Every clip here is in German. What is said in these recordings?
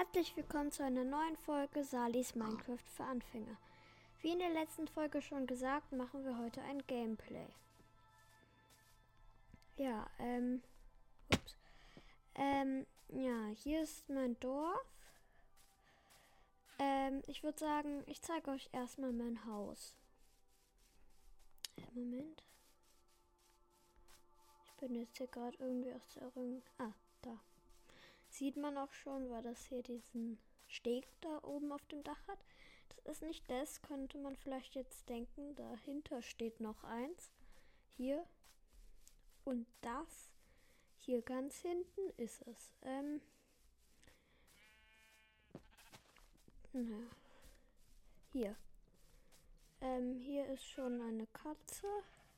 Herzlich willkommen zu einer neuen Folge Salis Minecraft für Anfänger. Wie in der letzten Folge schon gesagt, machen wir heute ein Gameplay. Ja, hier ist mein Dorf. Ich würde sagen, ich zeige euch erstmal mein Haus. Moment. Ich bin jetzt hier gerade irgendwie aus der da. Sieht man auch schon, weil das hier diesen Steg da oben auf dem Dach hat. Das ist nicht das, könnte man vielleicht jetzt denken. Dahinter steht noch eins. Hier. Und das hier ganz hinten ist es. Hier. Hier ist schon eine Katze.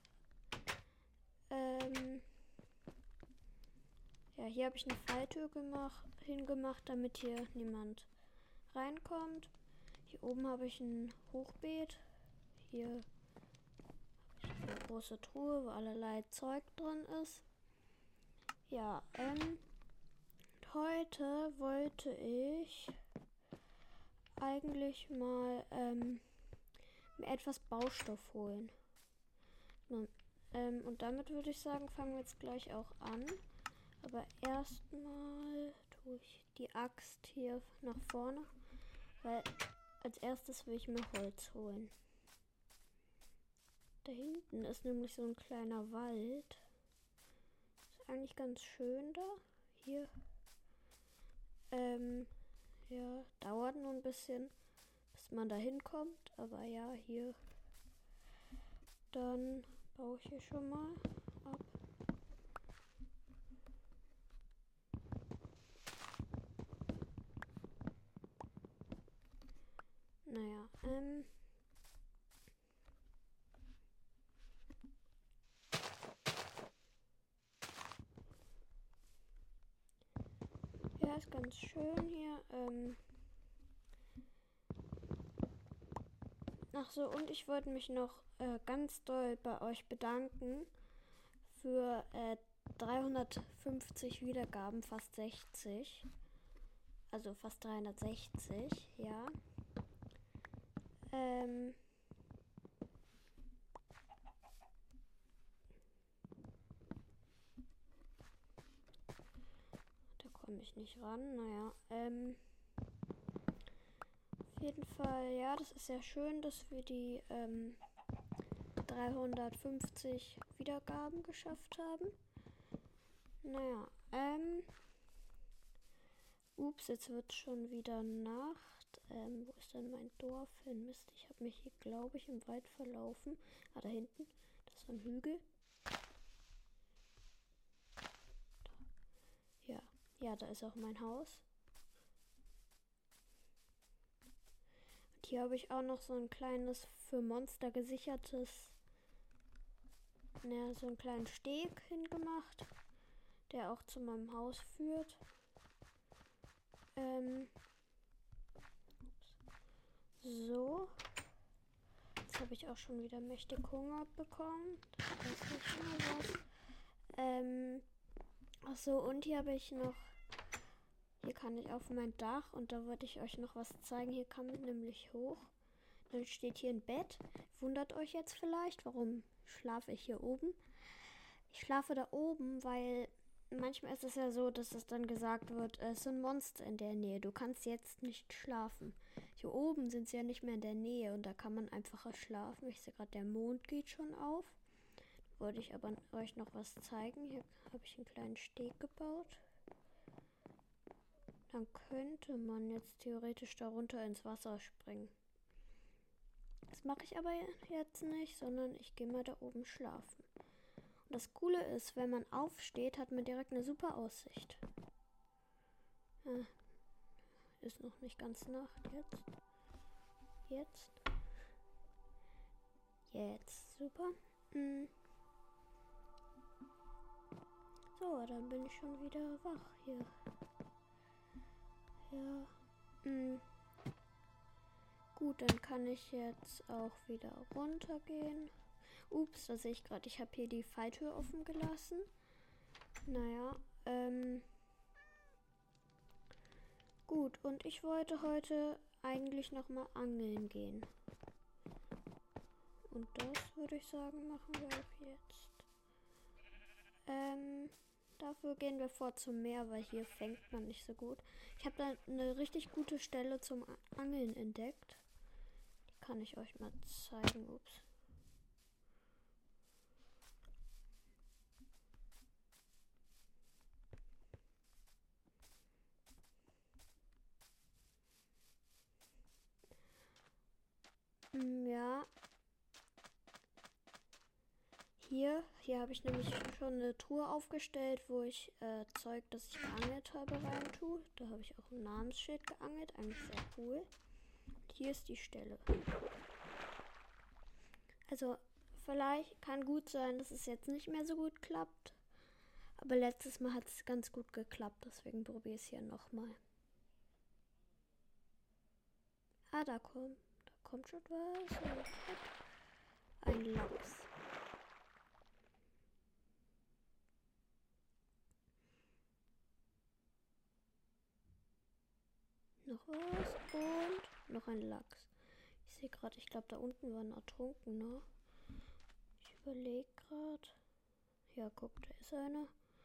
Ja, hier habe ich eine Falltür hingemacht, damit hier niemand reinkommt. Hier oben habe ich ein Hochbeet. Hier habe ich eine große Truhe, wo allerlei Zeug drin ist. Ja, heute wollte ich eigentlich mal mir etwas Baustoff holen. Und damit würde ich sagen, fangen wir jetzt gleich auch an. Aber erstmal tue ich die Axt hier nach vorne, weil als erstes will ich mir Holz holen. Da hinten ist nämlich so ein kleiner Wald. Ist eigentlich ganz schön da. Hier. Ja, dauert nur ein bisschen, bis man da hinkommt. Aber ja, hier. Dann baue ich hier schon mal ab. Naja, ja, ist ganz schön hier. Ach so, und ich wollte mich noch ganz doll bei euch bedanken für 350 Wiedergaben, fast 60. Also fast 360, ja. Da komme ich nicht ran, naja. Auf jeden Fall, ja, das ist sehr schön, dass wir die 350 Wiedergaben geschafft haben. Naja, ups, jetzt wird schon wieder Nacht. Wo ist denn mein Dorf hin? Mist, ich habe mich hier, glaube ich, im Wald verlaufen. Ah, da hinten. Das ist ein Hügel. Da. Ja, da ist auch mein Haus. Und hier habe ich auch noch so ein kleines, für Monster gesichertes, so einen kleinen Steg hingemacht, der auch zu meinem Haus führt. So. Jetzt habe ich auch schon wieder mächtig Hunger bekommen. Das weiß nicht schon mal was. Achso, und hier habe ich noch. Hier kann ich auf mein Dach und da wollte ich euch noch was zeigen. Hier kann man nämlich hoch. Dann steht hier ein Bett. Wundert euch jetzt vielleicht, warum schlafe ich hier oben? Ich schlafe da oben, weil manchmal ist es ja so, dass es dann gesagt wird, es sind Monster in der Nähe. Du kannst jetzt nicht schlafen. Hier oben sind sie ja nicht mehr in der Nähe und da kann man einfacher schlafen. Ich sehe gerade, der Mond geht schon auf. Da wollte ich aber euch noch was zeigen. Hier habe ich einen kleinen Steg gebaut. Dann könnte man jetzt theoretisch darunter ins Wasser springen. Das mache ich aber jetzt nicht, sondern ich gehe mal da oben schlafen. Und das Coole ist, wenn man aufsteht, hat man direkt eine super Aussicht. Ist noch nicht ganz Nacht jetzt. Jetzt, super. So, dann bin ich schon wieder wach hier. Ja. Gut, dann kann ich jetzt auch wieder runtergehen. Ups, da sehe ich gerade, ich habe hier die Falltür offen gelassen. Naja, Gut, und ich wollte heute eigentlich nochmal angeln gehen. Und das würde ich sagen, machen wir auch jetzt. Dafür gehen wir vor zum Meer, weil hier fängt man nicht so gut. Ich habe da eine richtig gute Stelle zum Angeln entdeckt. Die kann ich euch mal zeigen. Ups. Ja. Hier habe ich nämlich schon eine Truhe aufgestellt, wo ich Zeug, das ich geangelt habe, rein tue. Da habe ich auch ein Namensschild geangelt, eigentlich sehr cool. Hier ist die Stelle. Also vielleicht kann gut sein, dass es jetzt nicht mehr so gut klappt. Aber letztes Mal hat es ganz gut geklappt, deswegen probiere ich es hier nochmal. Ah, da kommt schon was. Ein Lachs. Noch was und noch ein Lachs. Ich sehe gerade, ich glaube, da unten war ein Ertrunkener. Ich überlege gerade. Ja, guck, da ist einer.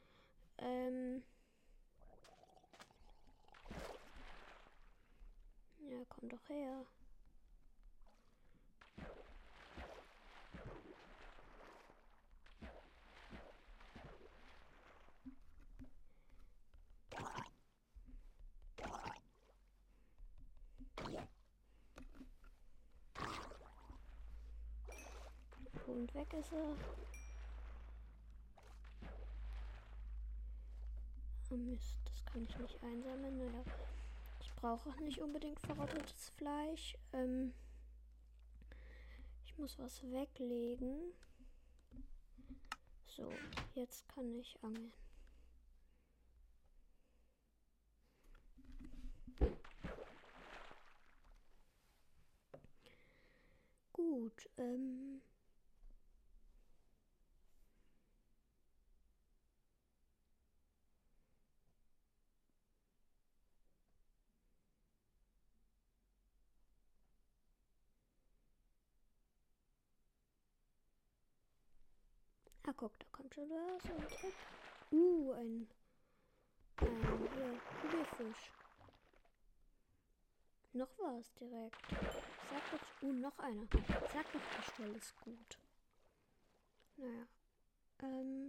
Ja, komm doch her. Und weg ist er. Oh Mist, das kann ich nicht einsammeln. Naja, ich brauche auch nicht unbedingt verrottetes Fleisch. Ich muss was weglegen. So, jetzt kann ich angeln. Gut, ah, guck, da kommt schon was. Und ein Kugelfisch. Noch was direkt. Sag doch, noch einer. Sag doch, die Stelle ist gut. Naja, so.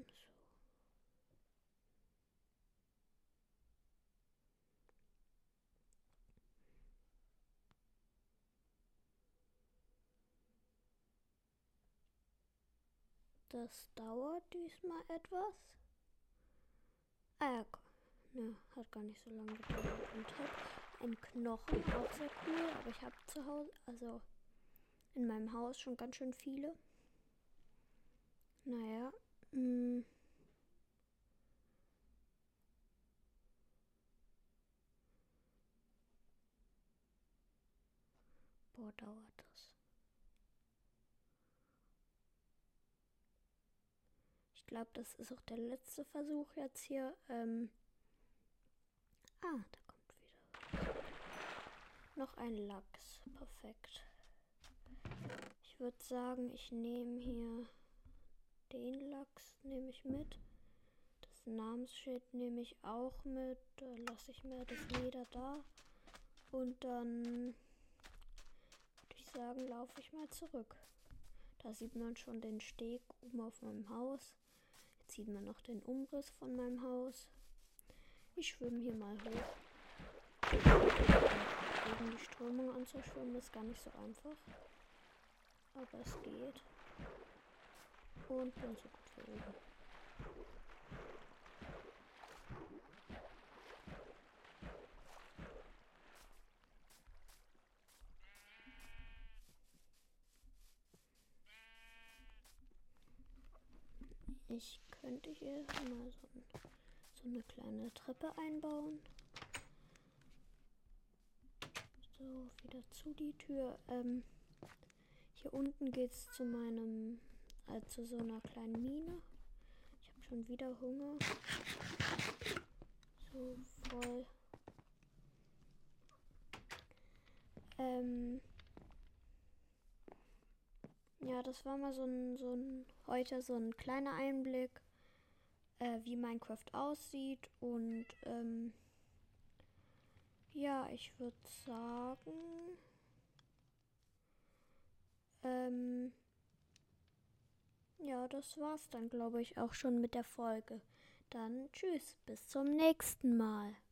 Das dauert diesmal etwas. Ah ja, ne, hat gar nicht so lange gedauert. Und ich habe einen Knochen, auch sehr cool. Aber ich habe zu Hause, also in meinem Haus schon ganz schön viele. Naja, boah, dauert das. Ich glaube, das ist auch der letzte Versuch jetzt hier. Da kommt wieder. Noch ein Lachs. Perfekt. Ich würde sagen, ich nehme hier den Lachs nehme ich mit. Das Namensschild nehme ich auch mit. Da lasse ich mir das Leder da. Und dann würde ich sagen, laufe ich mal zurück. Da sieht man schon den Steg oben auf meinem Haus. Jetzt sieht man noch den Umriss von meinem Haus. Ich schwimme hier mal hoch. Gegen die Strömung anzuschwimmen ist gar nicht so einfach. Aber es geht. Und bin so gut wie oben. Ich könnte hier mal so eine kleine Treppe einbauen. So, wieder zu die Tür. Hier unten geht's zu zu so einer kleinen Mine. Ich habe schon wieder Hunger. So voll. Ähm, ja, das war mal heute so ein kleiner Einblick, wie Minecraft aussieht. Und ja, ich würde sagen, ja, das war's dann, glaube ich, auch schon mit der Folge. Dann tschüss, bis zum nächsten Mal.